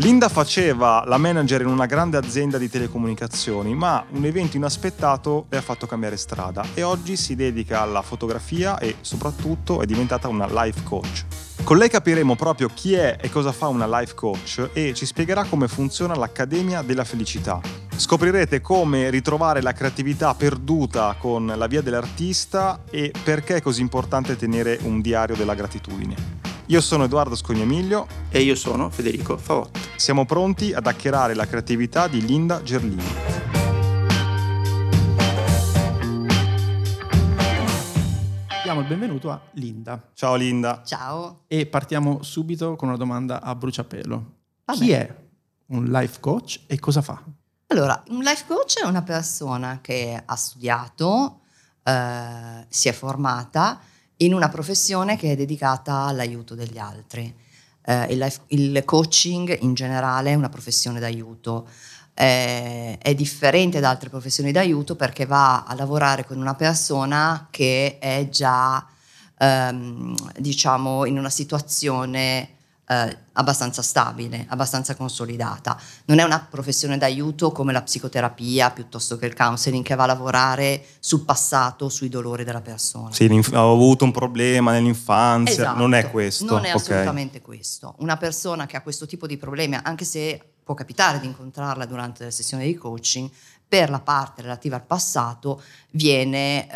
Linda faceva la manager in una grande azienda di telecomunicazioni, ma un evento inaspettato le ha fatto cambiare strada e oggi si dedica alla fotografia e soprattutto è diventata una life coach. Con lei capiremo proprio chi è e cosa fa una life coach e ci spiegherà come funziona l'Accademia della Felicità. Scoprirete come ritrovare la creatività perduta con la via dell'artista e perché è così importante tenere un diario della gratitudine. Io sono Edoardo Scognamiglio e io sono Federico Favotti. Siamo pronti ad hackerare la creatività di Linda Gerlini. Diamo il benvenuto a Linda. Ciao Linda. Ciao. E partiamo subito con una domanda a bruciapelo. Chi è un life coach e cosa fa? Allora, un life coach è una persona che ha studiato, si è formata in una professione che è dedicata all'aiuto degli altri. Il coaching in generale è una professione d'aiuto. È differente da altre professioni d'aiuto perché va a lavorare con una persona che è già diciamo in una situazione abbastanza stabile, abbastanza consolidata. Non è una professione d'aiuto come la psicoterapia piuttosto che il counseling che va a lavorare sul passato, sui dolori della persona. Sì, ho avuto un problema nell'infanzia, esatto. Non è questo. Non è assolutamente questo. Una persona che ha questo tipo di problemi, anche se può capitare di incontrarla durante le sessioni di coaching, per la parte relativa al passato viene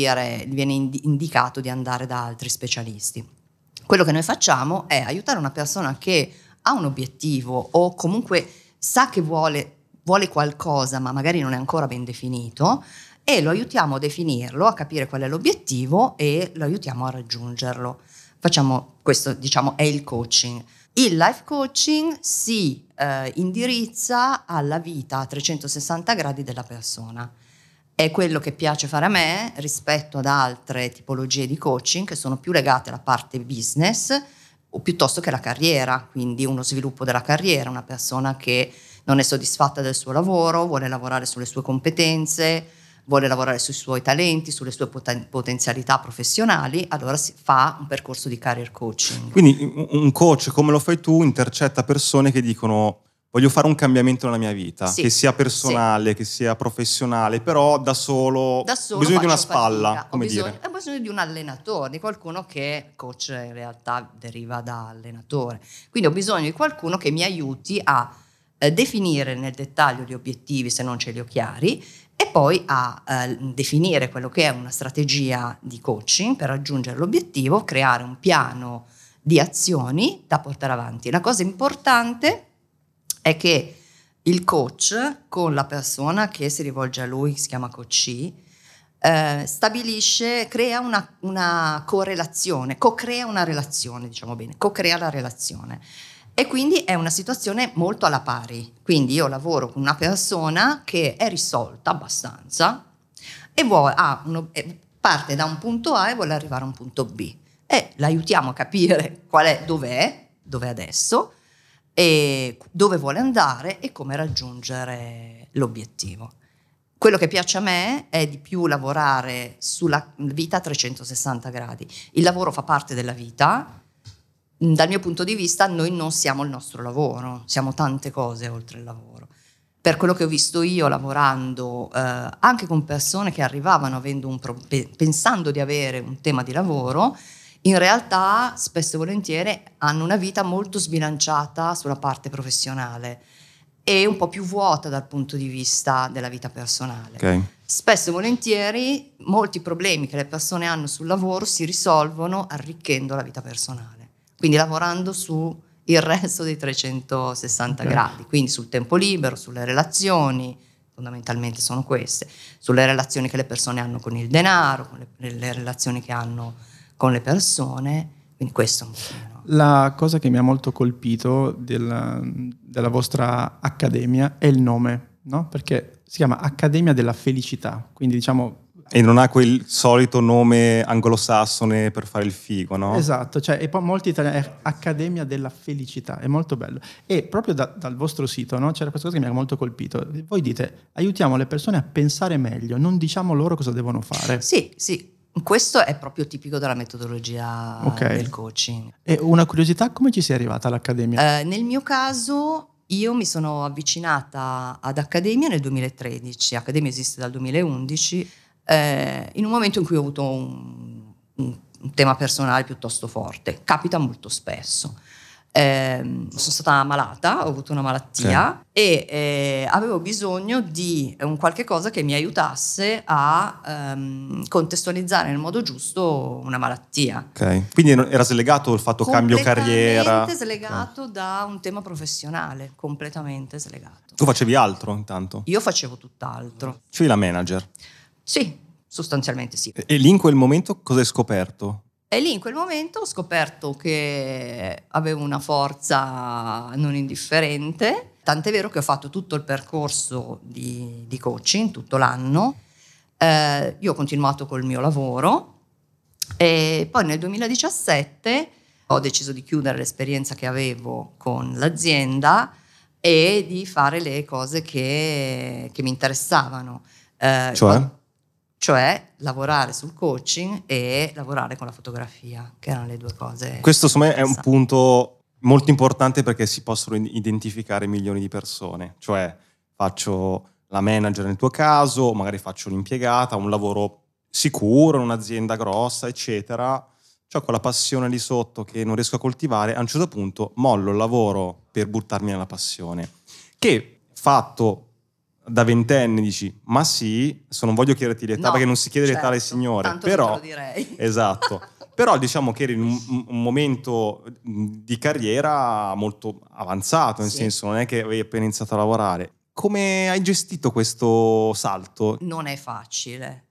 indicato di andare da altri specialisti. Quello che noi facciamo è aiutare una persona che ha un obiettivo o comunque sa che vuole qualcosa ma magari non è ancora ben definito e lo aiutiamo a definirlo, a capire qual è l'obiettivo e lo aiutiamo a raggiungerlo. Facciamo questo, diciamo, è il coaching. Il life coaching si indirizza alla vita a 360 gradi della persona. È quello che piace fare a me rispetto ad altre tipologie di coaching che sono più legate alla parte business o piuttosto che alla carriera, quindi uno sviluppo della carriera, una persona che non è soddisfatta del suo lavoro, vuole lavorare sulle sue competenze, vuole lavorare sui suoi talenti, sulle sue potenzialità professionali, allora si fa un percorso di career coaching. Quindi un coach come lo fai tu intercetta persone che dicono voglio fare un cambiamento nella mia vita, sì, che sia personale, sì, che sia professionale, però da solo ho bisogno di una spalla, ho bisogno di un allenatore, di qualcuno che coach in realtà deriva da allenatore. Quindi ho bisogno di qualcuno che mi aiuti a definire nel dettaglio gli obiettivi se non ce li ho chiari e poi a definire quello che è una strategia di coaching per raggiungere l'obiettivo, creare un piano di azioni da portare avanti. La cosa importante è che il coach con la persona che si rivolge a lui, che si chiama coachee, crea una correlazione, co-crea una relazione, diciamo bene, co-crea la relazione. E quindi è una situazione molto alla pari. Quindi io lavoro con una persona che è risolta abbastanza e parte da un punto A e vuole arrivare a un punto B. E l'aiutiamo a capire dov'è adesso, e dove vuole andare e come raggiungere l'obiettivo. Quello che piace a me è di più lavorare sulla vita a 360 gradi. Il lavoro fa parte della vita. Dal mio punto di vista noi non siamo il nostro lavoro, siamo tante cose oltre il lavoro. Per quello che ho visto io lavorando anche con persone che arrivavano pensando di avere un tema di lavoro, in realtà spesso e volentieri hanno una vita molto sbilanciata sulla parte professionale e un po' più vuota dal punto di vista della vita personale. Okay. Spesso e volentieri molti problemi che le persone hanno sul lavoro si risolvono arricchendo la vita personale, quindi lavorando su il resto dei 360 gradi, quindi sul tempo libero, sulle relazioni, fondamentalmente sono queste, sulle relazioni che le persone hanno con il denaro, con le relazioni che hanno con le persone, quindi questo è un po'. La cosa che mi ha molto colpito della vostra accademia è il nome, no? Perché si chiama Accademia della Felicità, quindi diciamo... E non ha quel solito nome anglosassone per fare il figo, no? Esatto, cioè, e poi molti italiani è Accademia della Felicità, è molto bello. E proprio dal vostro sito, no, c'era questa cosa che mi ha molto colpito. Voi dite, aiutiamo le persone a pensare meglio, non diciamo loro cosa devono fare. Sì, sì. Questo è proprio tipico della metodologia del coaching. E una curiosità, come ci sei arrivata all'Accademia? Nel mio caso io mi sono avvicinata ad Accademia nel 2013, Accademia esiste dal 2011, in un momento in cui ho avuto un tema personale piuttosto forte. Capita molto spesso. Sono stata malata, ho avuto una malattia e avevo bisogno di un qualche cosa che mi aiutasse a contestualizzare nel modo giusto una malattia. Ok, quindi era slegato il fatto cambio carriera? Completamente slegato da un tema professionale, completamente slegato. Tu facevi altro intanto? Io facevo tutt'altro. Cioè la manager? Sì, sostanzialmente sì. E lì in quel momento cosa hai scoperto? E lì in quel momento ho scoperto che avevo una forza non indifferente, tant'è vero che ho fatto tutto il percorso di coaching, tutto l'anno. Io ho continuato col mio lavoro e poi nel 2017 ho deciso di chiudere l'esperienza che avevo con l'azienda e di fare le cose che mi interessavano. Cioè lavorare sul coaching e lavorare con la fotografia, che erano le due cose. Questo secondo me è un punto molto importante perché si possono identificare milioni di persone. Cioè faccio la manager nel tuo caso, magari faccio un'impiegata, un lavoro sicuro, in un'azienda grossa, eccetera. C'ho quella passione lì sotto che non riesco a coltivare, a un certo punto mollo il lavoro per buttarmi nella passione. Che fatto da ventenne dici, ma sì, adesso non voglio chiederti l'età perché non si chiede l'età alle signore, tanto però te lo direi. Esatto. Però diciamo che eri in un momento di carriera molto avanzato, nel senso non è che avevi appena iniziato a lavorare. Come hai gestito questo salto? Non è facile,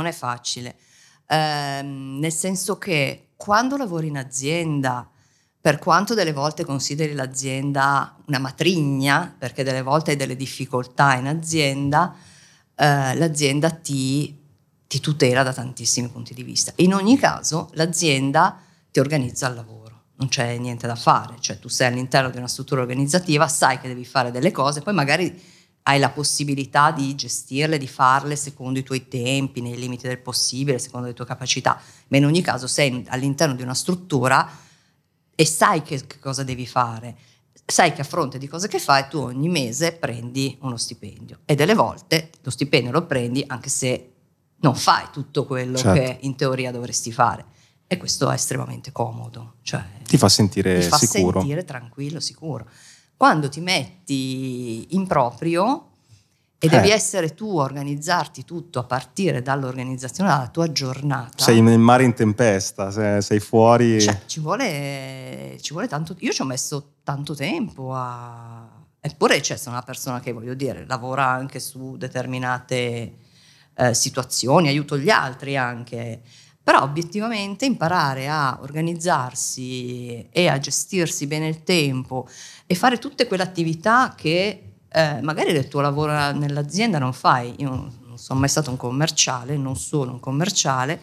nel senso che quando lavori in azienda, per quanto delle volte consideri l'azienda una matrigna, perché delle volte hai delle difficoltà in azienda, l'azienda ti tutela da tantissimi punti di vista. In ogni caso l'azienda ti organizza il lavoro, non c'è niente da fare, cioè tu sei all'interno di una struttura organizzativa, sai che devi fare delle cose, poi magari hai la possibilità di gestirle, di farle secondo i tuoi tempi, nei limiti del possibile, secondo le tue capacità, ma in ogni caso sei all'interno di una struttura e sai che cosa devi fare, sai che a fronte di cose che fai tu ogni mese prendi uno stipendio e delle volte lo stipendio lo prendi anche se non fai tutto quello che in teoria dovresti fare, e questo è estremamente comodo, cioè ti fa sentire ti fa sicuro, sentire tranquillo, sicuro. Quando ti metti in proprio e devi essere tu a organizzarti tutto a partire dall'organizzazione della tua giornata, sei nel mare in tempesta, sei fuori, cioè ci vuole tanto. Io ci ho messo tanto tempo eppure sono una persona che, voglio dire, lavora anche su determinate situazioni, aiuto gli altri anche, però obiettivamente imparare a organizzarsi e a gestirsi bene il tempo e fare tutte quelle attività che magari del tuo lavoro nell'azienda non fai. Io non sono mai stato un commerciale, non sono un commerciale,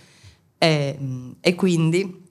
e quindi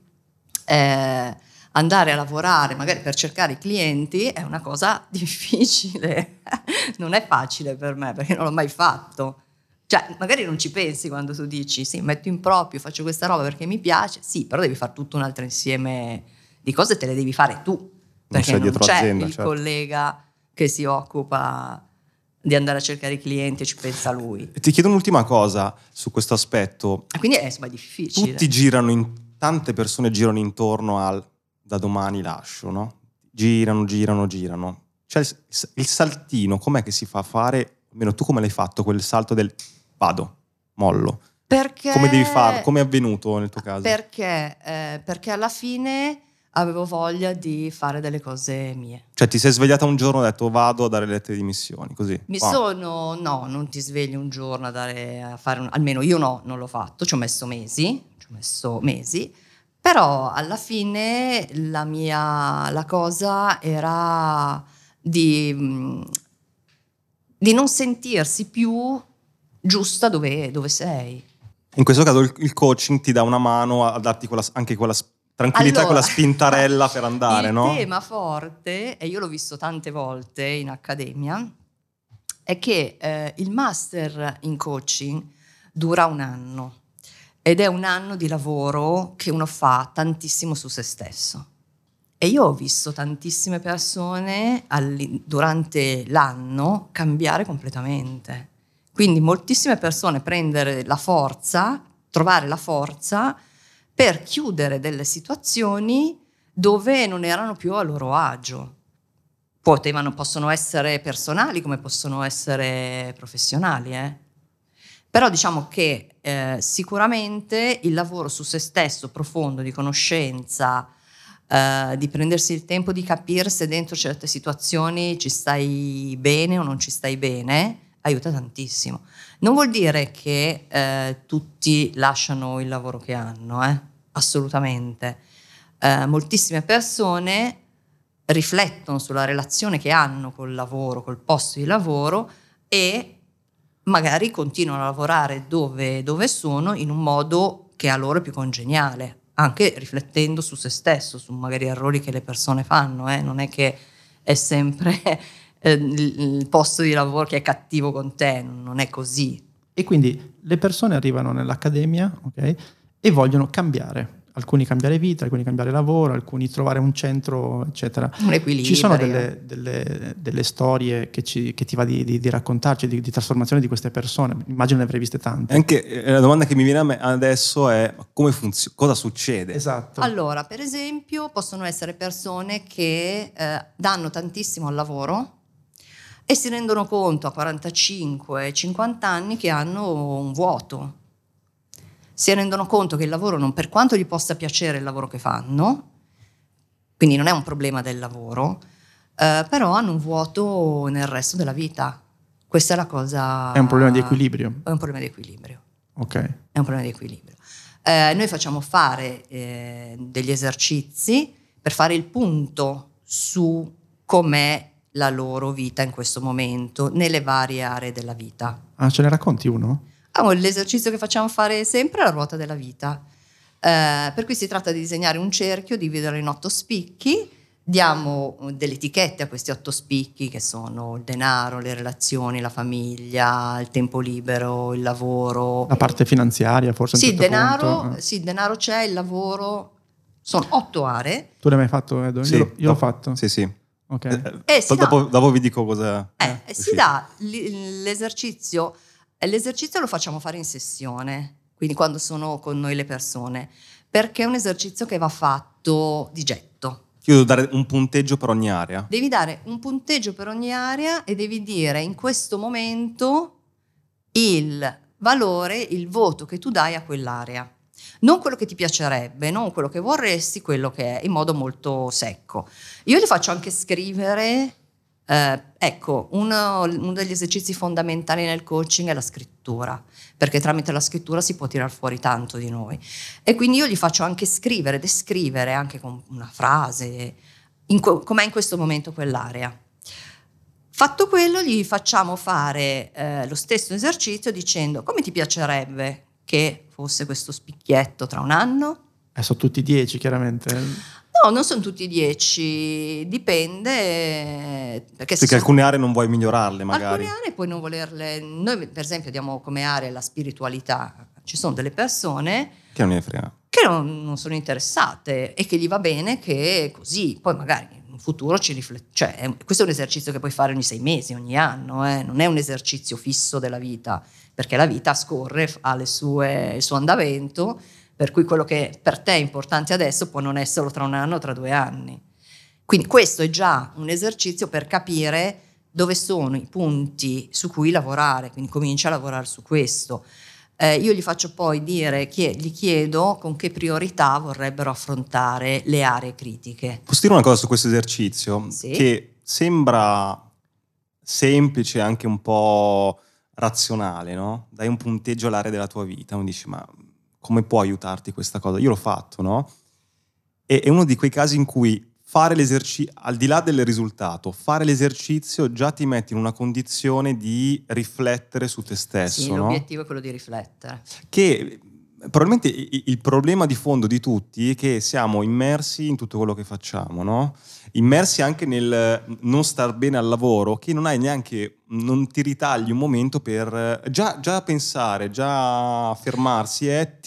andare a lavorare magari per cercare i clienti è una cosa difficile, non è facile per me perché non l'ho mai fatto. Cioè, magari non ci pensi quando tu dici sì, metto in proprio, faccio questa roba perché mi piace, sì, però devi fare tutto un altro insieme di cose, te le devi fare tu, perché non c'è il collega che si occupa di andare a cercare i clienti e ci pensa lui. Ti chiedo un'ultima cosa su questo aspetto. Quindi è difficile. Tante persone girano intorno al da domani lascio, no? Girano. Cioè il saltino, com'è che si fa a fare? Almeno tu come l'hai fatto, quel salto del vado, mollo? Perché? Come devi farlo? Come è avvenuto nel tuo caso? Perché alla fine avevo voglia di fare delle cose mie. Cioè ti sei svegliata un giorno e hai detto vado a dare le lettere di dimissioni, così? No, non ti svegli un giorno a fare almeno io non l'ho fatto, ci ho messo mesi, però alla fine la cosa era di non sentirsi più giusta dove sei. In questo caso il coaching ti dà una mano a darti anche quella tranquillità, quella spintarella per andare, no? Il tema forte, e io l'ho visto tante volte in accademia, è che il master in coaching dura un anno ed è un anno di lavoro che uno fa tantissimo su se stesso E io ho visto tantissime persone durante l'anno cambiare completamente. Quindi moltissime persone trovare la forza per chiudere delle situazioni dove non erano più a loro agio. Possono essere personali come possono essere professionali, Però diciamo che sicuramente il lavoro su se stesso profondo, di conoscenza, di prendersi il tempo di capire se dentro certe situazioni ci stai bene o non ci stai bene, aiuta tantissimo. Non vuol dire che tutti lasciano il lavoro che hanno, assolutamente. Moltissime persone riflettono sulla relazione che hanno col lavoro, col posto di lavoro, e magari continuano a lavorare dove sono in un modo che a loro è più congeniale, anche riflettendo su se stesso, su magari errori che le persone fanno, non è che è sempre il posto di lavoro che è cattivo con te, non è così. E quindi le persone arrivano nell'accademia, ok, e vogliono cambiare. Alcuni cambiare vita, alcuni cambiare lavoro, alcuni trovare un centro, eccetera. Un equilibrio. Ci sono delle storie che ti va di raccontarci, di trasformazione di queste persone. Immagino ne avrei viste tante. Anche la domanda che mi viene a me adesso è cosa succede? Esatto. Allora, per esempio, possono essere persone che danno tantissimo al lavoro e si rendono conto a 45-50 anni che hanno un vuoto. Si rendono conto che il lavoro, per quanto gli possa piacere il lavoro che fanno, quindi non è un problema del lavoro, però hanno un vuoto nel resto della vita. Questa è la cosa... È un problema di equilibrio. È un problema di equilibrio. Ok. È un problema di equilibrio. Noi facciamo fare degli esercizi per fare il punto su com'è la loro vita in questo momento, nelle varie aree della vita. Ah, ce ne racconti uno? L'esercizio che facciamo fare sempre è la ruota della vita, per cui si tratta di disegnare un cerchio, dividerlo in 8 spicchi, diamo delle etichette a questi 8 spicchi che sono il denaro, le relazioni, la famiglia, il tempo libero, il lavoro. La parte finanziaria forse? Sì, il denaro c'è, il lavoro, sono 8 aree. Tu l'hai mai fatto, Edo? Sì, io l'ho fatto. Sì. Ok. Dopo vi dico cosa... Si dà l'esercizio. L'esercizio lo facciamo fare in sessione, quindi quando sono con noi le persone, perché è un esercizio che va fatto di getto. Io devo dare un punteggio per ogni area? Devi dare un punteggio per ogni area e devi dire in questo momento il valore, il voto che tu dai a quell'area. Non quello che ti piacerebbe, non quello che vorresti, quello che è, in modo molto secco. Io li faccio anche scrivere... uno degli esercizi fondamentali nel coaching è la scrittura, perché tramite la scrittura si può tirar fuori tanto di noi, e quindi io gli faccio anche descrivere anche con una frase com'è in questo momento quell'area. Fatto quello, gli facciamo fare lo stesso esercizio dicendo: come ti piacerebbe che fosse questo spicchietto tra un anno? Sono tutti 10 chiaramente. No, non sono tutti 10, dipende, perché alcune aree non vuoi migliorarle magari. Alcune aree puoi non volerle. Noi per esempio diamo come area la spiritualità. Ci sono delle persone che non ne frega, che non sono interessate e che gli va bene che è così. Poi magari in futuro ci riflette. Cioè, questo è un esercizio che puoi fare ogni 6 mesi, ogni anno, non è un esercizio fisso della vita, perché la vita scorre, ha il suo andamento. Per cui quello che per te è importante adesso può non esserlo tra un anno o tra 2 anni. Quindi questo è già un esercizio per capire dove sono i punti su cui lavorare, quindi comincia a lavorare su questo. Io gli faccio poi dire, gli chiedo con che priorità vorrebbero affrontare le aree critiche. Posso dire una cosa su questo esercizio? Sì. Che sembra semplice, anche un po' razionale, no? Dai un punteggio all'area della tua vita, uno dice: ma come può aiutarti questa cosa? Io l'ho fatto, no? E è uno di quei casi in cui fare l'esercizio, al di là del risultato, fare l'esercizio già ti metti in una condizione di riflettere su te stesso. Sì, no? L'obiettivo è quello di riflettere. Che probabilmente il problema di fondo di tutti è che siamo immersi in tutto quello che facciamo, no? Immersi anche nel non star bene al lavoro, che non ti ritagli un momento per già pensare, già fermarsi, ti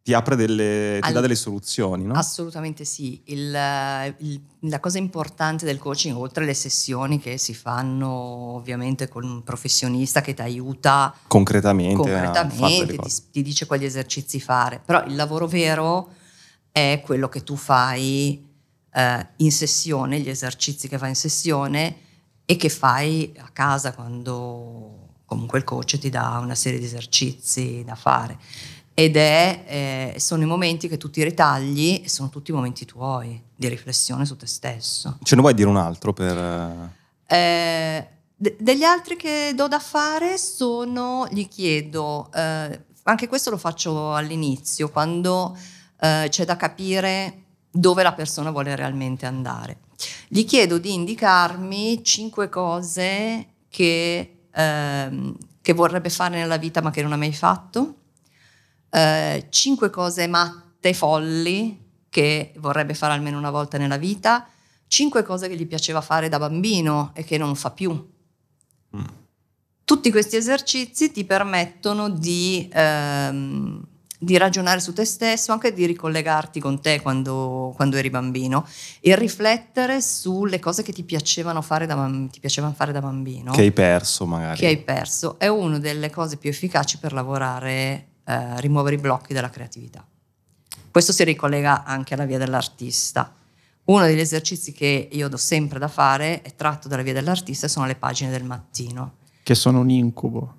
ti apre ti dà delle soluzioni, no? Assolutamente sì. La cosa importante del coaching, oltre alle sessioni che si fanno ovviamente con un professionista che ti aiuta concretamente a fare delle cose. ti dice quali esercizi fare, però il lavoro vero è quello che tu fai in sessione, gli esercizi che fai in sessione e che fai a casa quando comunque il coach ti dà una serie di esercizi da fare. Ed sono i momenti che tu ti ritagli e sono tutti i momenti tuoi di riflessione su te stesso. Ce ne vuoi dire un altro per... Degli altri che do da fare gli chiedo, anche questo lo faccio all'inizio, quando c'è da capire dove la persona vuole realmente andare. Gli chiedo di indicarmi 5 cose che vorrebbe fare nella vita ma che non ha mai fatto, 5 cose matte, folli, che vorrebbe fare almeno una volta nella vita, 5 cose che gli piaceva fare da bambino e che non fa più. Tutti questi esercizi ti permettono di ragionare su te stesso, anche di ricollegarti con te quando eri bambino e riflettere sulle cose che ti piacevano fare da bambino. Che hai perso magari. Che hai perso. È una delle cose più efficaci per lavorare, rimuovere i blocchi della creatività. Questo si ricollega anche alla via dell'artista. Uno degli esercizi che io do sempre da fare è tratto dalla via dell'artista, sono le pagine del mattino. Che sono un incubo.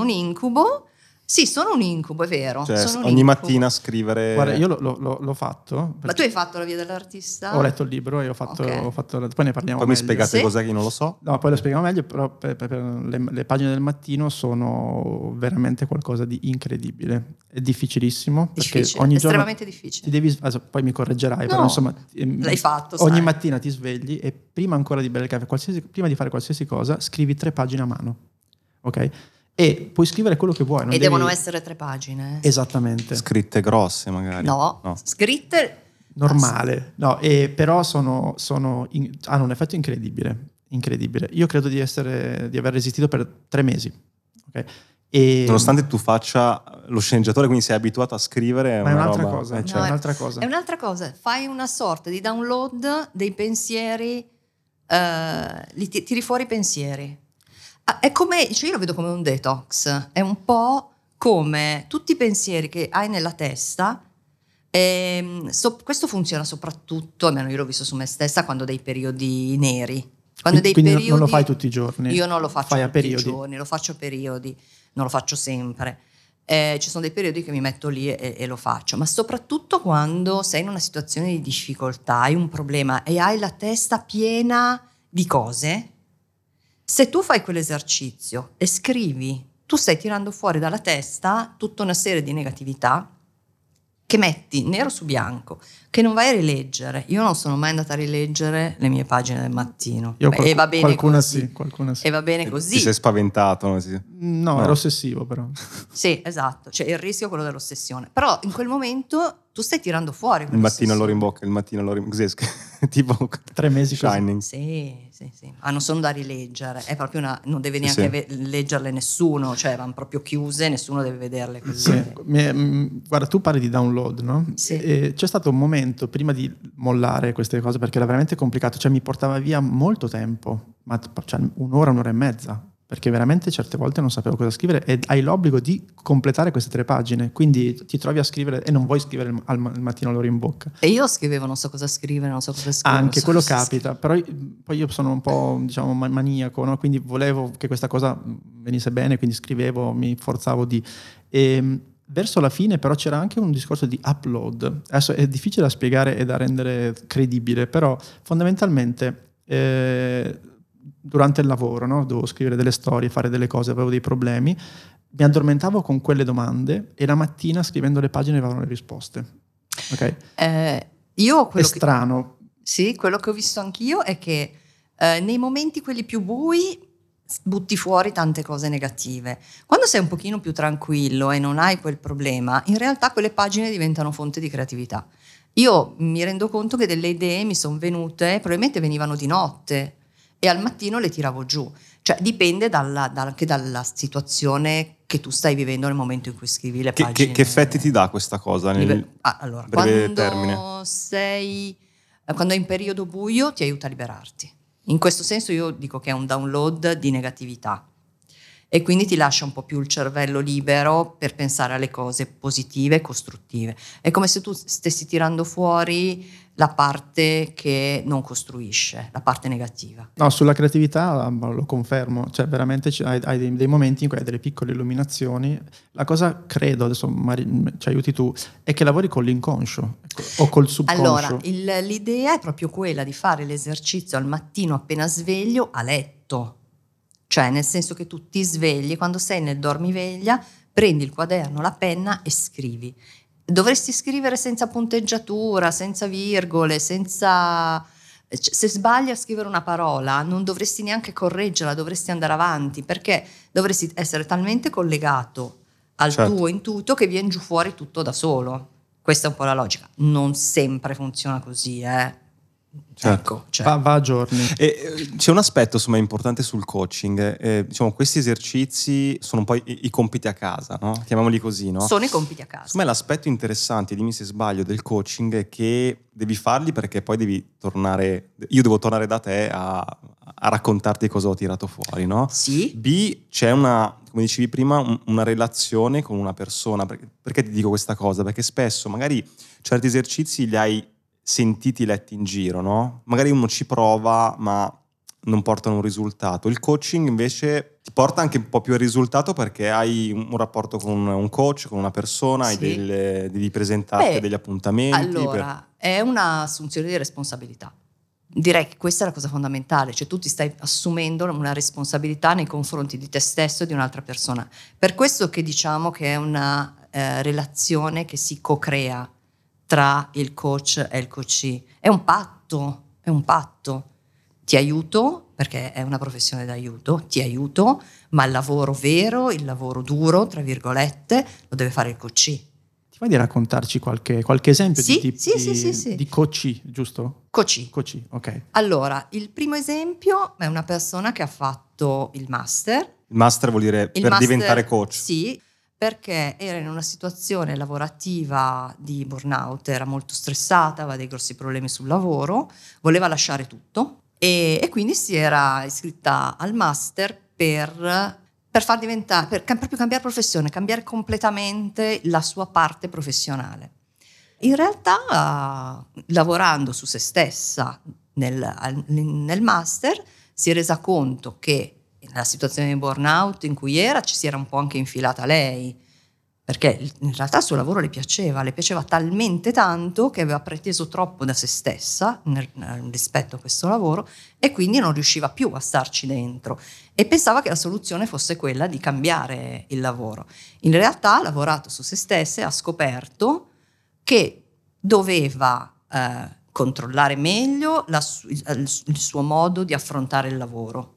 Sì, sono un incubo, è vero. Cioè, sono un ogni incubo. mattina scrivere... Guarda, io l'ho fatto. Ma tu hai fatto la via dell'artista? Ho letto il libro e poi ne parliamo Poi mi meglio. spiegate Sì? cos'è che non lo so? No, poi lo spieghiamo meglio, però le pagine del mattino sono veramente qualcosa di incredibile. È difficilissimo, perché ogni giorno estremamente difficile. poi mi correggerai, No, però insomma l'hai fatto, ogni sai. mattina ti svegli e prima ancora di bere il caffè, prima di fare qualsiasi cosa, scrivi 3 pagine a mano, ok? E puoi scrivere quello che vuoi. Devono essere 3 pagine. Esattamente. Scritte grosse magari. No. Scritte... Normale. No, però hanno un effetto incredibile. Io credo di aver resistito per 3 mesi. Okay? Nonostante tu faccia lo sceneggiatore, quindi sei abituato a scrivere, ma è un'altra roba, cosa. certo. È un'altra cosa. È un'altra cosa. Fai una sorta di download dei pensieri, tiri fuori i pensieri. È come, cioè io lo vedo come un detox, è un po' come tutti i pensieri che hai nella testa. Questo funziona soprattutto, almeno io l'ho visto su me stessa, quando ho dei periodi neri. Quindi non lo fai tutti i giorni? Io non lo faccio Fai tutti i giorni, lo faccio a periodi, non lo faccio sempre. Ci sono dei periodi che mi metto lì e lo faccio, ma soprattutto quando sei in una situazione di difficoltà, hai un problema e hai la testa piena di cose. Se tu fai quell'esercizio e scrivi, tu stai tirando fuori dalla testa tutta una serie di negatività che metti nero su bianco, che non vai a rileggere. Io non sono mai andata a rileggere le mie pagine del mattino. E va bene qualcuna così. Sì. E va bene così. Ti sei spaventato? No? No, era ossessivo però. Sì, esatto. Cioè il rischio è quello dell'ossessione. Però in quel momento tu stai tirando fuori il mattino allora in bocca, il mattino allora in... Così, tipo 3 mesi Shining. Sì. Ma non sono da rileggere, è proprio non deve neanche leggerle nessuno, cioè vanno proprio chiuse, nessuno deve vederle così. Sì. Guarda, tu parli di download, no? Sì. C'è stato un momento prima di mollare queste cose, perché era veramente complicato, cioè mi portava via molto tempo, cioè un'ora e mezza, perché veramente certe volte non sapevo cosa scrivere e hai l'obbligo di completare queste 3 pagine, quindi ti trovi a scrivere e non vuoi scrivere al mattino all'ora in bocca. E io scrivevo, non so cosa scrivere, non so cosa scrivere. Anche quello capita, però poi io sono un po', diciamo, maniaco, no? Quindi volevo che questa cosa venisse bene, quindi scrivevo, mi forzavo verso la fine però c'era anche un discorso di upload. Adesso è difficile da spiegare e da rendere credibile, però fondamentalmente durante il lavoro, no? Dovevo scrivere delle storie, fare delle cose, avevo dei problemi, mi addormentavo con quelle domande e la mattina scrivendo le pagine avevano le risposte. Ok? È strano. Sì, quello che ho visto anch'io è che nei momenti quelli più bui butti fuori tante cose negative. Quando sei un pochino più tranquillo e non hai quel problema, in realtà quelle pagine diventano fonte di creatività. Io mi rendo conto che delle idee mi sono venute, probabilmente venivano di notte e al mattino le tiravo giù. Cioè dipende anche dalla situazione che tu stai vivendo nel momento in cui scrivi le pagine. Che effetti ti dà questa cosa nel allora, breve termine? Quando è in periodo buio ti aiuta a liberarti. In questo senso io dico che è un download di negatività e quindi ti lascia un po' più il cervello libero per pensare alle cose positive e costruttive. È come se tu stessi tirando fuori la parte che non costruisce, la parte negativa. No, sulla creatività lo confermo, cioè veramente hai dei momenti in cui hai delle piccole illuminazioni. La cosa, credo, adesso ci aiuti tu, è che lavori con l'inconscio o col subconscio. Allora, l'idea è proprio quella di fare l'esercizio al mattino appena sveglio a letto. Cioè, nel senso che tu ti svegli, quando sei nel dormiveglia, prendi il quaderno, la penna e scrivi. Dovresti scrivere senza punteggiatura, senza virgole, senza... Se sbagli a scrivere una parola, non dovresti neanche correggerla, dovresti andare avanti, perché dovresti essere talmente collegato al tuo intuito che viene giù fuori tutto da solo. Questa è un po' la logica. Non sempre funziona così, Certo. Ecco, va a giorni. E c'è un aspetto insomma importante sul coaching, diciamo questi esercizi sono un po' i compiti a casa, no? Chiamiamoli così, no? Sono i compiti a casa. Secondo me l'aspetto interessante, dimmi se sbaglio, del coaching è che devi farli perché poi io devo tornare da te a raccontarti cosa ho tirato fuori, no? Sì. B, c'è come dicevi prima, una relazione con una persona. Perché ti dico questa cosa? Perché spesso magari certi esercizi li hai sentiti, letti in giro, no? Magari uno ci prova ma non portano un risultato. Il coaching invece ti porta anche un po' più al risultato perché hai un rapporto con un coach, con una persona, Sì. devi presentarti degli appuntamenti. Allora, è un'assunzione di responsabilità. Direi che questa è la cosa fondamentale, cioè tu ti stai assumendo una responsabilità nei confronti di te stesso e di un'altra persona. Per questo che diciamo che è una relazione che si co-crea tra il coach e il coachee. È un patto. Ti aiuto, perché è una professione d'aiuto, ti aiuto, ma il lavoro vero, il lavoro duro, tra virgolette, lo deve fare il coachee. Ti vai di raccontarci qualche esempio Sì. di coachee, giusto? Coachee, ok. Allora, il primo esempio è una persona che ha fatto il master. Il master vuol dire diventare coach? Sì, perché era in una situazione lavorativa di burnout, era molto stressata, aveva dei grossi problemi sul lavoro, voleva lasciare tutto e quindi si era iscritta al master per far diventare, proprio cambiare professione, cambiare completamente la sua parte professionale. In realtà, lavorando su se stessa nel master, si è resa conto che nella situazione di burnout in cui era, ci si era un po' anche infilata lei, perché in realtà il suo lavoro le piaceva talmente tanto che aveva preteso troppo da se stessa rispetto a questo lavoro e quindi non riusciva più a starci dentro e pensava che la soluzione fosse quella di cambiare il lavoro. In realtà ha lavorato su se stessa e ha scoperto che doveva controllare meglio il suo modo di affrontare il lavoro.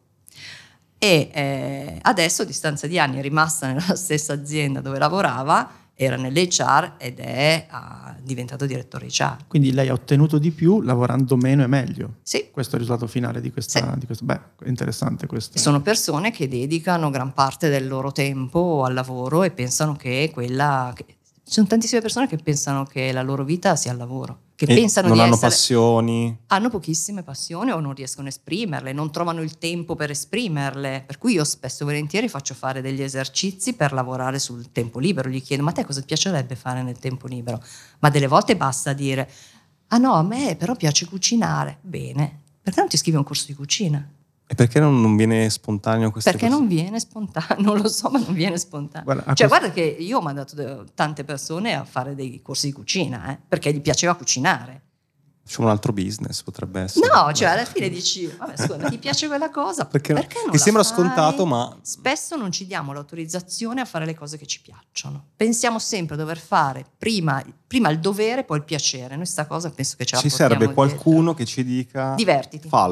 E adesso, a distanza di anni, è rimasta nella stessa azienda dove lavorava, era nell'HR ed è diventato direttore HR. Quindi lei ha ottenuto di più lavorando meno e meglio. Sì. Questo è il risultato finale di questa. Beh, è interessante questo. Sono persone che dedicano gran parte del loro tempo al lavoro e pensano che ci sono tantissime persone che pensano che la loro vita sia il lavoro, che pensano non di hanno passioni. Hanno pochissime passioni o non riescono a esprimerle, non trovano il tempo per esprimerle, per cui io spesso e volentieri faccio fare degli esercizi per lavorare sul tempo libero. Gli chiedo: ma a te cosa ti piacerebbe fare nel tempo libero? Ma delle volte basta dire: ah no, a me però piace cucinare. Bene, perché non ti iscrivi a un corso di cucina? E perché non viene spontaneo questa cosa? Perché non viene spontaneo, non lo so, ma non viene spontaneo. Guarda che io ho mandato tante persone a fare dei corsi di cucina, perché gli piaceva cucinare. C'è un altro business, potrebbe essere. No, cioè alla fine dici: vabbè, scusa, ti piace quella cosa? Perché non ti sembra scontato, ma spesso non ci diamo l'autorizzazione a fare le cose che ci piacciono. Pensiamo sempre a dover fare prima il dovere, poi il piacere. Noi sta cosa penso che ce la portiamo serve qualcuno dietro. Che ci dica: divertiti, fallo.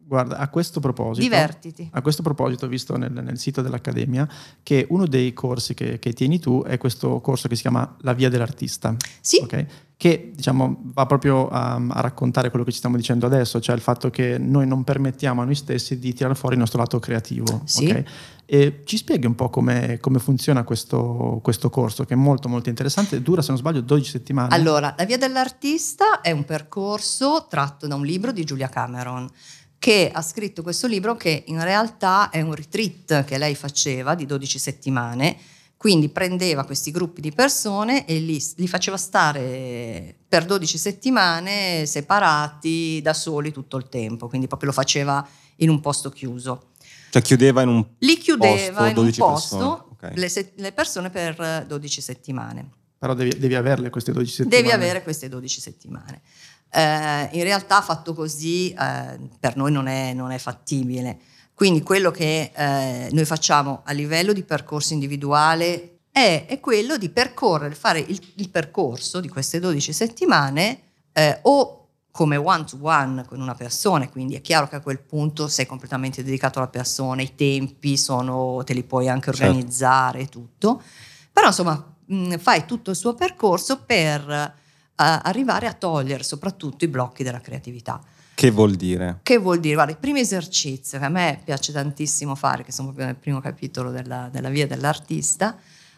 Guarda, a questo proposito, divertiti. A questo proposito, ho visto nel sito dell'Accademia che uno dei corsi che tieni tu è questo corso che si chiama La Via dell'Artista. Sì. Okay? Che diciamo va proprio a raccontare quello che ci stiamo dicendo adesso, cioè il fatto che noi non permettiamo a noi stessi di tirare fuori il nostro lato creativo. Sì. Okay? E ci spieghi un po' come funziona questo corso, che è molto molto interessante, dura, se non sbaglio, 12 settimane. Allora, La Via dell'Artista è un percorso tratto da un libro di Julia Cameron, che ha scritto questo libro che in realtà è un retreat che lei faceva di 12 settimane, quindi prendeva questi gruppi di persone e li faceva stare per 12 settimane separati da soli tutto il tempo, quindi proprio lo faceva in un posto chiuso. Cioè chiudeva in un Li chiudeva in un 12 posto persone. le persone per 12 settimane. Però devi averle queste 12 settimane. Devi avere queste 12 settimane. In realtà fatto così per noi non è fattibile. Quindi quello che noi facciamo a livello di percorso individuale è quello di percorrere, fare il percorso di queste 12 settimane o come one to one con una persona, quindi è chiaro che a quel punto sei completamente dedicato alla persona, i tempi te li puoi anche organizzare, tutto, però insomma fai tutto il suo percorso per arrivare a togliere soprattutto i blocchi della creatività. Che vuol dire? Che vuol dire? Guarda, i primi esercizi che a me piace tantissimo fare, che sono proprio nel primo capitolo della Via dell'Artista,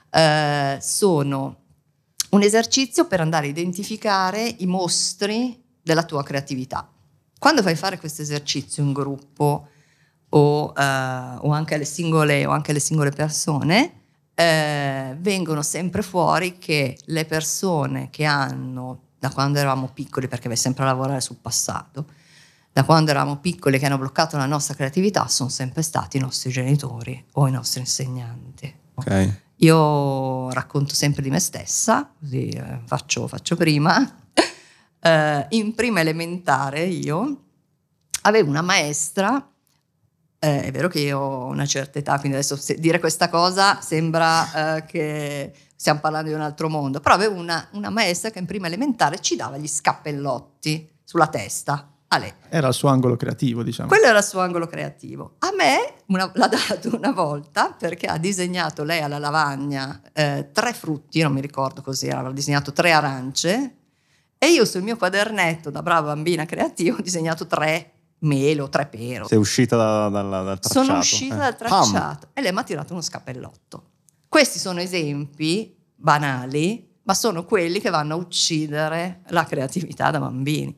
sono un esercizio per andare a identificare i mostri della tua creatività. Quando fai fare questo esercizio in gruppo o anche alle singole persone, vengono sempre fuori che le persone che hanno, da quando eravamo piccoli, perché vai sempre a lavorare sul passato, da quando eravamo piccoli, che hanno bloccato la nostra creatività, sono sempre stati i nostri genitori o i nostri insegnanti. Ok. Io racconto sempre di me stessa, così faccio prima. In prima elementare io avevo una maestra, è vero che io ho una certa età, quindi adesso dire questa cosa sembra che stiamo parlando di un altro mondo, però avevo una maestra che in prima elementare ci dava gli scappellotti sulla testa. Era il suo angolo creativo, diciamo. Quello era il suo angolo creativo. A me l'ha dato una volta perché ha disegnato lei alla lavagna 3 frutti, non mi ricordo cos'era, aveva disegnato 3 arance e io sul mio quadernetto da brava bambina creativa ho disegnato 3 melo, 3 pero. Sei uscita dal tracciato. Sono uscita dal tracciato e lei mi ha tirato uno scappellotto. Questi sono esempi banali, ma sono quelli che vanno a uccidere la creatività da bambini.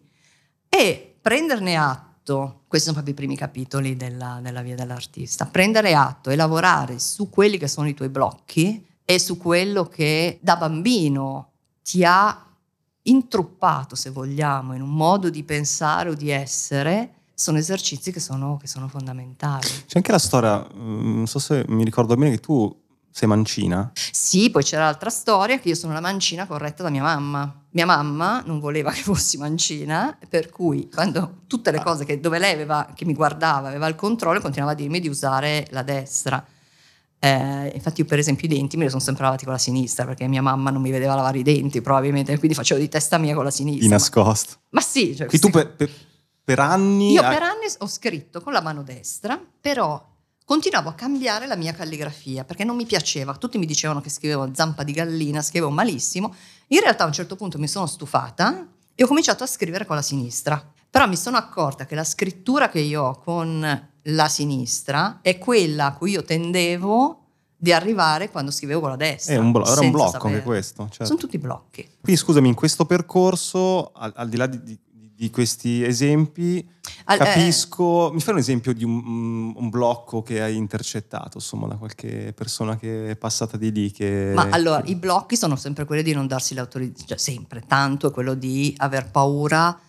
E prenderne atto, questi sono proprio i primi capitoli della Via dell'Artista, prendere atto e lavorare su quelli che sono i tuoi blocchi e su quello che da bambino ti ha intruppato, se vogliamo, in un modo di pensare o di essere, sono esercizi che sono fondamentali. C'è anche la storia, non so se mi ricordo bene, che tu sei mancina. Sì, poi c'era l'altra storia che io sono la mancina corretta da mia mamma. Mia mamma non voleva che fossi mancina, per cui quando tutte le cose dove lei che mi guardava, aveva il controllo, continuava a dirmi di usare la destra. Infatti io per esempio i denti me li sono sempre lavati con la sinistra, perché mia mamma non mi vedeva lavare i denti probabilmente, quindi facevo di testa mia con la sinistra. Di nascosto. Ma sì. Cioè, qui tu per anni... Io per anni ho scritto con la mano destra, però continuavo a cambiare la mia calligrafia perché non mi piaceva. Tutti mi dicevano che scrivevo a zampa di gallina, scrivevo malissimo. In realtà a un certo punto mi sono stufata e ho cominciato a scrivere con la sinistra. Però mi sono accorta che la scrittura che io ho con la sinistra è quella a cui io tendevo di arrivare quando scrivevo con la destra. Era un blocco sapere. anche questo. Certo. Sono tutti blocchi. Quindi scusami, in questo percorso, al di là di questi esempi, capisco, mi fai un esempio di un blocco che hai intercettato, insomma, da qualche persona che è passata di lì? Ma allora, i blocchi sono sempre quelli di non darsi l'autorizzazione, cioè sempre, tanto è quello di aver paura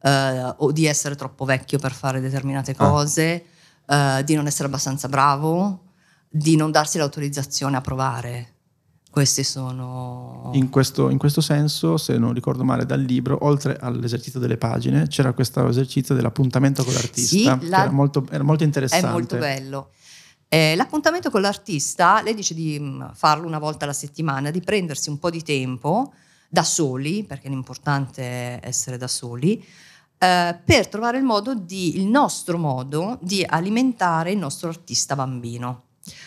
o di essere troppo vecchio per fare determinate cose, di non essere abbastanza bravo, di non darsi l'autorizzazione a provare. Questi sono... In questo senso, se non ricordo male dal libro, oltre all'esercizio delle pagine, c'era questo esercizio dell'appuntamento con l'artista, sì, che era molto interessante. È molto bello. L'appuntamento con l'artista, lei dice di farlo una volta alla settimana, di prendersi un po' di tempo da soli, perché l'importante è essere da soli, per trovare il nostro modo di alimentare il nostro artista bambino,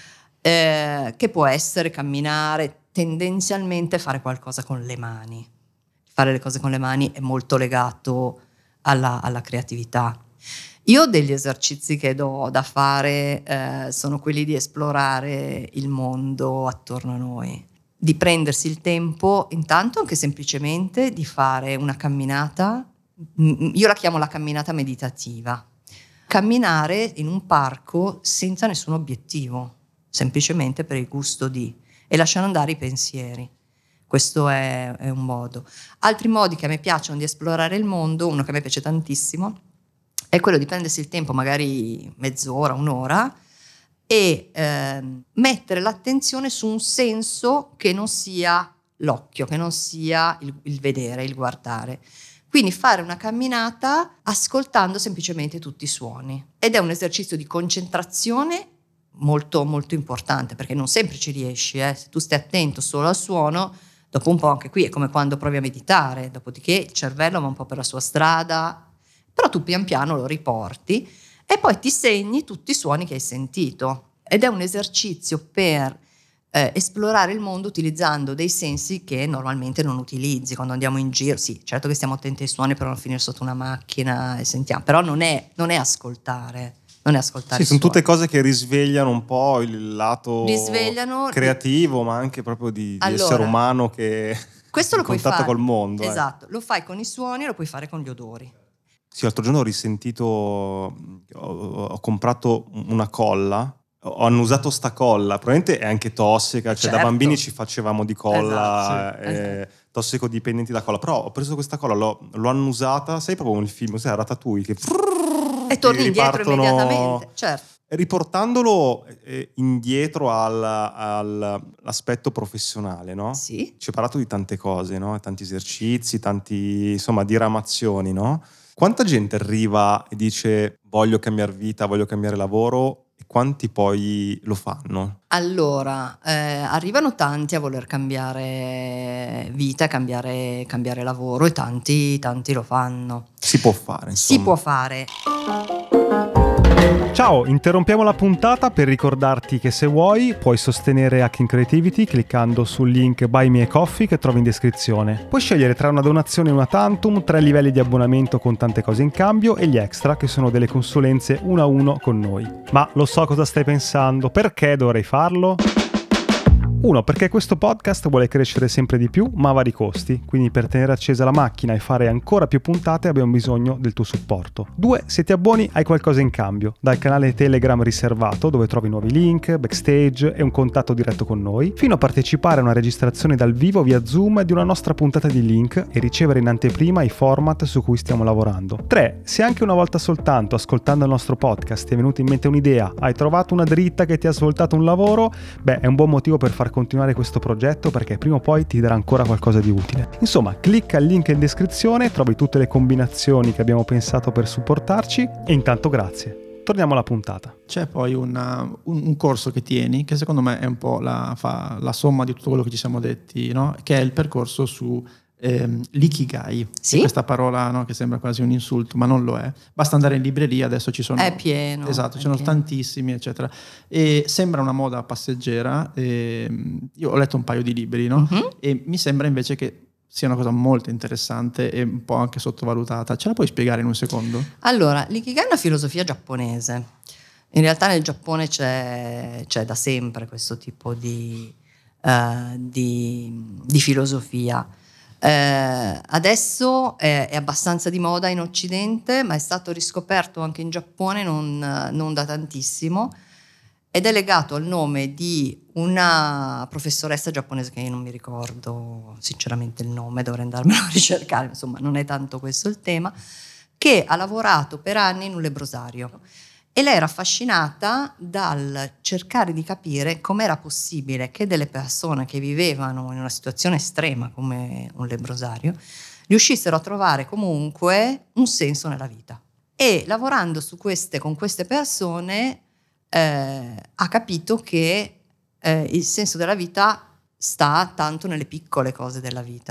che può essere camminare, tendenzialmente fare qualcosa con le mani. Fare le cose con le mani è molto legato alla creatività. Io degli esercizi che do da fare sono quelli di esplorare il mondo attorno a noi, di prendersi il tempo intanto anche semplicemente di fare una camminata. Io la chiamo la camminata meditativa. Camminare in un parco senza nessun obiettivo, semplicemente per il gusto di, e lasciare andare i pensieri. Questo è un modo. Altri modi che a me piacciono di esplorare il mondo, uno che a me piace tantissimo, è quello di prendersi il tempo, magari mezz'ora, un'ora, e mettere l'attenzione su un senso che non sia l'occhio, che non sia il vedere, il guardare. Quindi fare una camminata ascoltando semplicemente tutti i suoni. Ed è un esercizio di concentrazione molto, molto importante, perché non sempre ci riesci. Se tu stai attento solo al suono, dopo un po' anche qui è come quando provi a meditare, dopodiché il cervello va un po' per la sua strada, però tu pian piano lo riporti e poi ti segni tutti i suoni che hai sentito. Ed è un esercizio per esplorare il mondo utilizzando dei sensi che normalmente non utilizzi quando andiamo in giro. Sì, certo che stiamo attenti ai suoni per non finire sotto una macchina e sentiamo, però non è ascoltare. Non è ascoltare. Sì, sono tutte cose che risvegliano un po' il lato creativo, ma anche proprio di essere umano che questo lo puoi fare contatto col mondo. Esatto, lo fai con i suoni e lo puoi fare con gli odori. Sì, l'altro giorno ho risentito, ho comprato una colla, ho annusato sta colla, probabilmente è anche tossica, cioè certo. Da bambini ci facevamo di colla, esatto, sì, esatto. Tossicodipendenti da colla, però ho preso questa colla, l'ho annusata, sai proprio il film, sai, Ratatouille, che e torni indietro immediatamente, certo. Riportandolo indietro all'aspetto professionale, no? Sì. Ci ho parlato di tante cose, no? Tanti esercizi, tanti, insomma, diramazioni, no? Quanta gente arriva e dice voglio cambiare vita, voglio cambiare lavoro, e quanti poi lo fanno? Allora, arrivano tanti a voler cambiare vita, cambiare lavoro, e tanti lo fanno. Si può fare, insomma. Si può fare. Ciao, interrompiamo la puntata per ricordarti che se vuoi puoi sostenere Hacking Creativity cliccando sul link Buy Me a Coffee che trovi in descrizione. Puoi scegliere tra una donazione e una tantum, 3 livelli di abbonamento con tante cose in cambio e gli extra che sono delle consulenze 1 a 1 con noi. Ma lo so cosa stai pensando, perché dovrei farlo? 1. Perché questo podcast vuole crescere sempre di più, ma a vari costi, quindi per tenere accesa la macchina e fare ancora più puntate abbiamo bisogno del tuo supporto. 2. Se ti abboni hai qualcosa in cambio, dal canale Telegram riservato dove trovi nuovi link, backstage e un contatto diretto con noi, fino a partecipare a una registrazione dal vivo via Zoom di una nostra puntata di Link e ricevere in anteprima i format su cui stiamo lavorando. 3. Se anche una volta soltanto ascoltando il nostro podcast ti è venuta in mente un'idea, hai trovato una dritta che ti ha svoltato un lavoro, è un buon motivo per far continuare questo progetto, perché prima o poi ti darà ancora qualcosa di utile. Insomma, clicca il link in descrizione, trovi tutte le combinazioni che abbiamo pensato per supportarci e intanto grazie. Torniamo alla puntata. C'è poi un corso che tieni che secondo me è un po' la somma di tutto quello che ci siamo detti, no? Che è il percorso su l'ikigai. Sì? Questa parola, no, che sembra quasi un insulto, ma non lo è. Basta andare in libreria, adesso ci sono... È pieno. Esatto, ci sono tantissimi, eccetera. E sembra una moda passeggera. Io ho letto un paio di libri, no? Uh-huh. E mi sembra invece che sia una cosa molto interessante e un po' anche sottovalutata. Ce la puoi spiegare in un secondo? Allora, l'ikigai è una filosofia giapponese. In realtà nel Giappone c'è da sempre questo tipo di filosofia. Adesso è abbastanza di moda in Occidente, ma è stato riscoperto anche in Giappone non da tantissimo, ed è legato al nome di una professoressa giapponese che io non mi ricordo sinceramente il nome, dovrei andarmelo a ricercare, insomma non è tanto questo il tema, che ha lavorato per anni in un lebbrosario. E lei era affascinata dal cercare di capire com'era possibile che delle persone che vivevano in una situazione estrema come un lebbrosario riuscissero a trovare comunque un senso nella vita. E lavorando con queste persone ha capito che il senso della vita sta tanto nelle piccole cose della vita,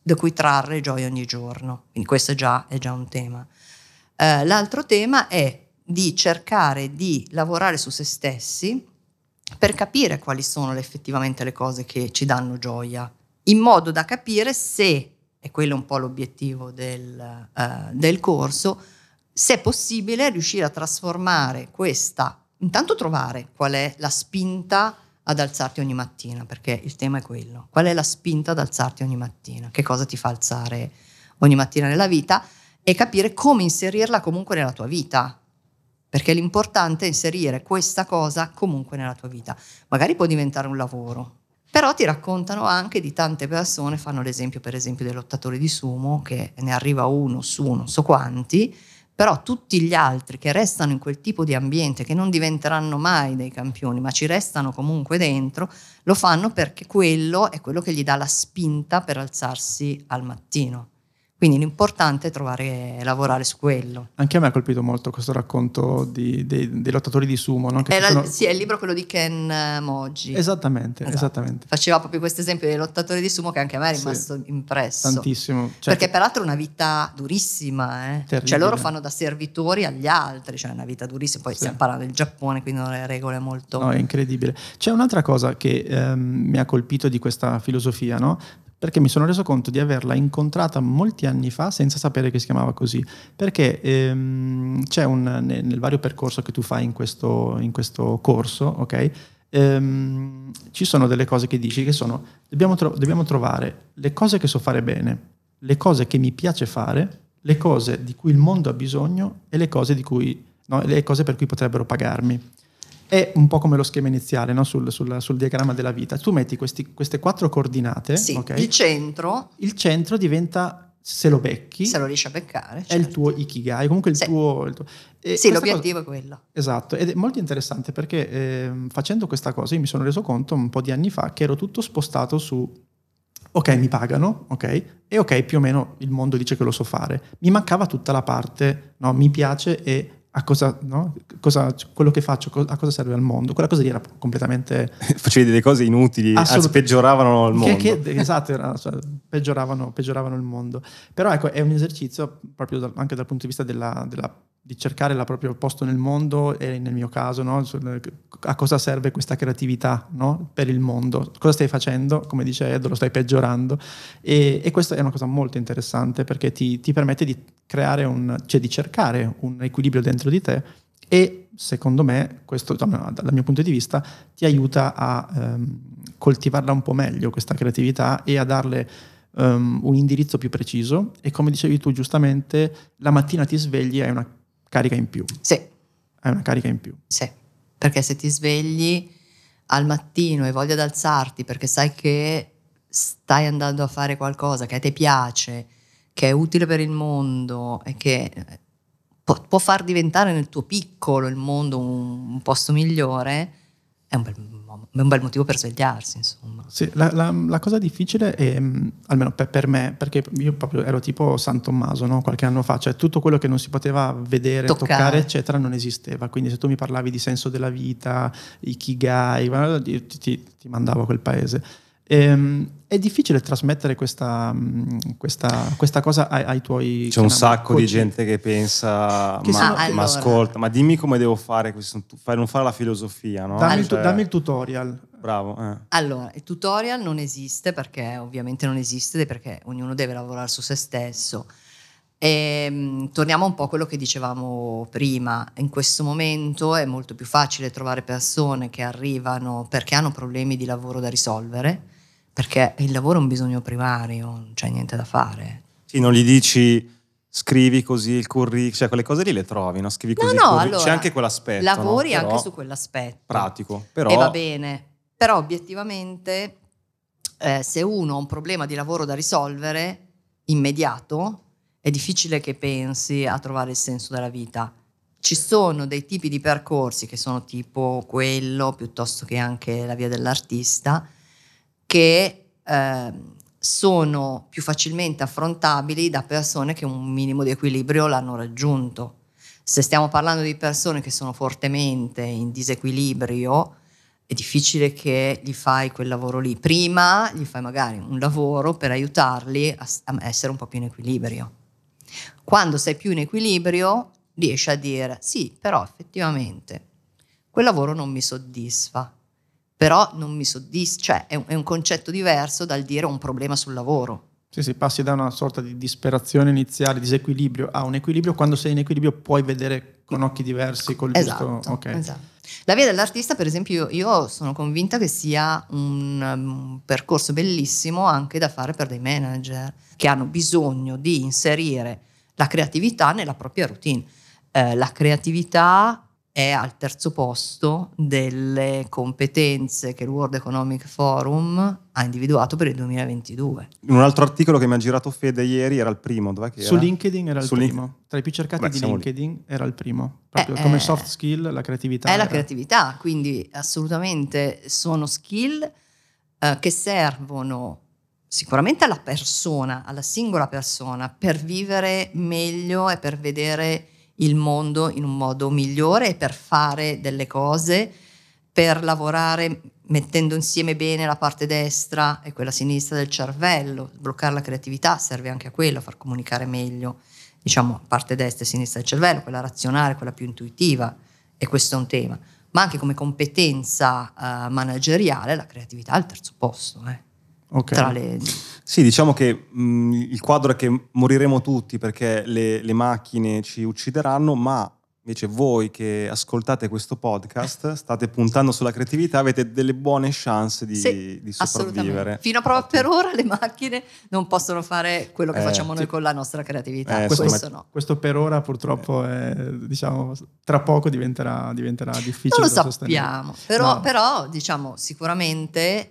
da cui trarre gioia ogni giorno. Quindi questo è già un tema. L'altro tema è di cercare di lavorare su se stessi per capire quali sono effettivamente le cose che ci danno gioia, in modo da capire se, e quello è un po' l'obiettivo del corso, se è possibile riuscire a trasformare questa, intanto trovare qual è la spinta ad alzarti ogni mattina, perché il tema è quello. Qual è la spinta ad alzarti ogni mattina? Che cosa ti fa alzare ogni mattina nella vita? E capire come inserirla comunque nella tua vita, perché l'importante è inserire questa cosa comunque nella tua vita. Magari può diventare un lavoro, però ti raccontano anche di tante persone, fanno l'esempio per esempio dei lottatori di sumo, che ne arriva uno su non so quanti, però tutti gli altri che restano in quel tipo di ambiente, che non diventeranno mai dei campioni, ma ci restano comunque dentro, lo fanno perché quello è quello che gli dà la spinta per alzarsi al mattino. Quindi l'importante è lavorare su quello. Anche a me ha colpito molto questo racconto dei lottatori di sumo, no? Sì, è il libro quello di Ken Moji. Esattamente, esatto. Esattamente. Faceva proprio questo esempio dei lottatori di sumo che anche a me è rimasto impresso. Tantissimo. Perché peraltro è una vita durissima. Cioè loro fanno da servitori agli altri, cioè è una vita durissima. Poi stiamo parlando del Giappone, quindi non le regole molto... No, è incredibile. C'è un'altra cosa che mi ha colpito di questa filosofia, no? Perché mi sono reso conto di averla incontrata molti anni fa senza sapere che si chiamava così, perché c'è nel vario percorso che tu fai in questo corso, ok? Ci sono delle cose che dici che sono dobbiamo trovare le cose che so fare bene, le cose che mi piace fare, le cose di cui il mondo ha bisogno e le cose le cose per cui potrebbero pagarmi. È un po' come lo schema iniziale, no? sul diagramma della vita. Tu metti queste 4 coordinate. Sì, okay? Il centro diventa, se lo becchi, se lo riesci a beccare, è il tuo ikigai, comunque il tuo. Sì, l'obiettivo è quello. Esatto, ed è molto interessante perché facendo questa cosa io mi sono reso conto un po' di anni fa che ero tutto spostato su ok, mi pagano, ok, e ok, più o meno il mondo dice che lo so fare. Mi mancava tutta la parte, no, mi piace e a cosa, no? Quello che faccio, a cosa serve al mondo. Quella cosa lì era completamente... Facevi delle cose inutili, anzi peggioravano il mondo. Esatto, peggioravano il mondo. Però ecco, è un esercizio proprio anche dal punto di vista di cercare il proprio posto nel mondo, e nel mio caso, no? A cosa serve questa creatività, no? Per il mondo. Cosa stai facendo? Come dice Ed, lo stai peggiorando. E questa è una cosa molto interessante perché ti permette di creare di cercare un equilibrio dentro di te, e secondo me questo dal mio punto di vista ti aiuta a coltivarla un po' meglio questa creatività e a darle un indirizzo più preciso, e come dicevi tu giustamente, la mattina ti svegli e hai una carica in più. Sì. Hai una carica in più. Sì, perché se ti svegli al mattino e hai voglia di alzarti perché sai che stai andando a fare qualcosa che a te piace, che è utile per il mondo e che può far diventare nel tuo piccolo il mondo un posto migliore, è un bel motivo per svegliarsi, insomma. Sì, la cosa difficile è, almeno per me, perché io proprio ero tipo San Tommaso, no? Qualche anno fa, cioè tutto quello che non si poteva vedere, toccare eccetera, non esisteva. Quindi se tu mi parlavi di senso della vita, ikigai, ti mandavo a quel paese. È difficile trasmettere questa cosa ai tuoi... C'è un sacco di gente che pensa ma ascolta, ma dimmi come devo fare questo, non fare la filosofia, no? Dammi il tutorial. Bravo. Allora, il tutorial non esiste, perché ovviamente non esiste, perché ognuno deve lavorare su se stesso. Torniamo un po' a quello che dicevamo prima. In questo momento è molto più facile trovare persone che arrivano perché hanno problemi di lavoro da risolvere, perché il lavoro è un bisogno primario, non c'è niente da fare. Sì, non gli dici scrivi così il curriculum, cioè quelle cose lì le trovi, no? Scrivi così il curriculum, allora, c'è anche quell'aspetto, lavori, no? anche su quell'aspetto pratico, però... e va bene, però obiettivamente se uno ha un problema di lavoro da risolvere immediato, è difficile che pensi a trovare il senso della vita. Ci sono dei tipi di percorsi che sono tipo quello, piuttosto che anche la via dell'artista, che sono più facilmente affrontabili da persone che un minimo di equilibrio l'hanno raggiunto. Se stiamo parlando di persone che sono fortemente in disequilibrio, è difficile che gli fai quel lavoro lì. Prima gli fai magari un lavoro per aiutarli a essere un po' più in equilibrio. Quando sei più in equilibrio riesci a dire sì, però effettivamente quel lavoro non mi soddisfa, però non mi soddisfa, cioè è un concetto diverso dal dire un problema sul lavoro. Sì, passi da una sorta di disperazione iniziale, disequilibrio, a un equilibrio. Quando sei in equilibrio puoi vedere con occhi diversi, col esatto, giusto... Okay. Esatto. La via dell'artista, per esempio, io sono convinta che sia un percorso bellissimo anche da fare per dei manager che hanno bisogno di inserire la creatività nella propria routine. La creatività è al terzo posto delle competenze che il World Economic Forum ha individuato per il 2022. Un altro articolo che mi ha girato Fede ieri era il primo, dov'è che era? Su LinkedIn era il primo. Tra i più cercati di LinkedIn era il primo. Proprio come soft skill, la creatività. È la creatività, quindi assolutamente sono skill che servono sicuramente alla persona, alla singola persona, per vivere meglio e per vedere il mondo in un modo migliore e per fare delle cose, per lavorare mettendo insieme bene la parte destra e quella sinistra del cervello. Sbloccare la creatività serve anche a quello, a far comunicare meglio, diciamo, parte destra e sinistra del cervello, quella razionale, quella più intuitiva, e questo è un tema. Ma anche come competenza manageriale la creatività è al terzo posto. Okay. Tra le... Sì, diciamo che il quadro è che moriremo tutti perché le macchine ci uccideranno, ma invece voi che ascoltate questo podcast state puntando sulla creatività, avete delle buone chance di sopravvivere. Fino a prova per ora le macchine non possono fare quello che facciamo noi con la nostra creatività. Questo per ora purtroppo diciamo, tra poco diventerà difficile. Non lo da sappiamo, sostenere. però diciamo sicuramente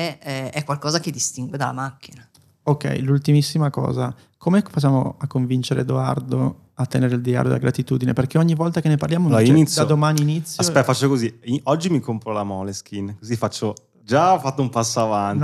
è qualcosa che distingue dalla macchina. Ok, l'ultimissima cosa. Come facciamo a convincere Edoardo a tenere il diario della gratitudine? Perché ogni volta che ne parliamo da domani inizio... Aspetta, faccio così. Oggi mi compro la Moleskine, così faccio... Già ho fatto un passo avanti.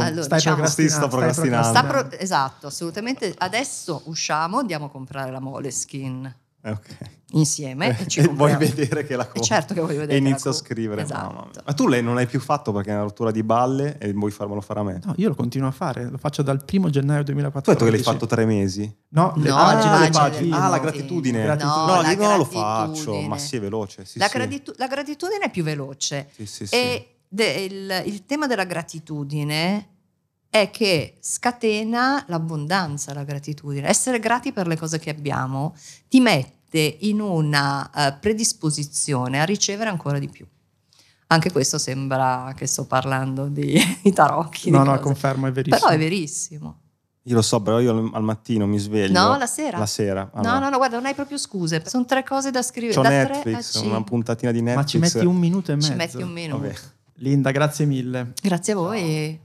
Sto procrastinando. Esatto, assolutamente. Adesso usciamo, andiamo a comprare la Moleskine. Okay. Insieme e vuoi vedere che la compro. Certo che voglio vedere. E inizio a scrivere. Esatto. Ma tu non l'hai più fatto perché è una rottura di balle e vuoi farmelo fare a me? No, io lo continuo a fare, lo faccio dal 1 gennaio 2014. Tu hai detto che l'hai fatto 3 mesi? No, le pagine. La gratitudine. No, non lo faccio, ma sì, è veloce. Sì, la gratitudine è più veloce. Sì. E il tema della gratitudine è che scatena l'abbondanza, la gratitudine. Essere grati per le cose che abbiamo ti mette in una predisposizione a ricevere ancora di più. Anche questo sembra che sto parlando di tarocchi. No, confermo, è verissimo. Però è verissimo. Io lo so, però io al mattino mi sveglio. No, la sera. La sera. No, guarda, non hai proprio scuse. Sono 3 cose da scrivere. C'ho da Netflix, 3 a 5. una puntatina di Netflix. Ma ci metti 1 minuto e mezzo. Ci metti 1 minuto. Vabbè. Linda, grazie mille. Grazie a voi.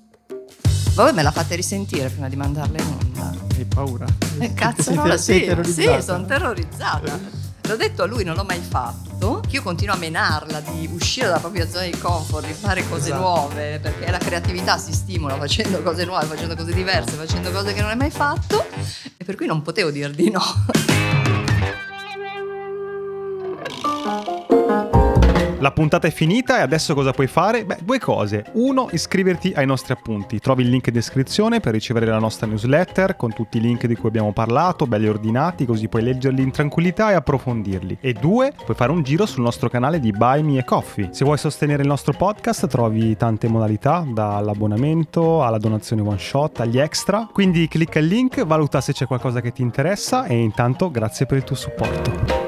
Voi me la fate risentire prima di mandarla in onda. Hai paura? Cazzo, no, sì, sono terrorizzata. L'ho detto a lui, non l'ho mai fatto. Io continuo a menarla di uscire dalla propria zona di comfort, di fare cose nuove, perché la creatività si stimola facendo cose nuove, facendo cose diverse, facendo cose che non hai mai fatto, e per cui non potevo dir di no. La puntata è finita e adesso cosa puoi fare? 2 cose. 1, iscriverti ai nostri appunti. Trovi il link in descrizione per ricevere la nostra newsletter con tutti i link di cui abbiamo parlato, belli ordinati, così puoi leggerli in tranquillità e approfondirli. E 2, puoi fare un giro sul nostro canale di Buy Me a Coffee. Se vuoi sostenere il nostro podcast trovi tante modalità, dall'abbonamento alla donazione one shot, agli extra. Quindi clicca il link, valuta se c'è qualcosa che ti interessa e intanto grazie per il tuo supporto.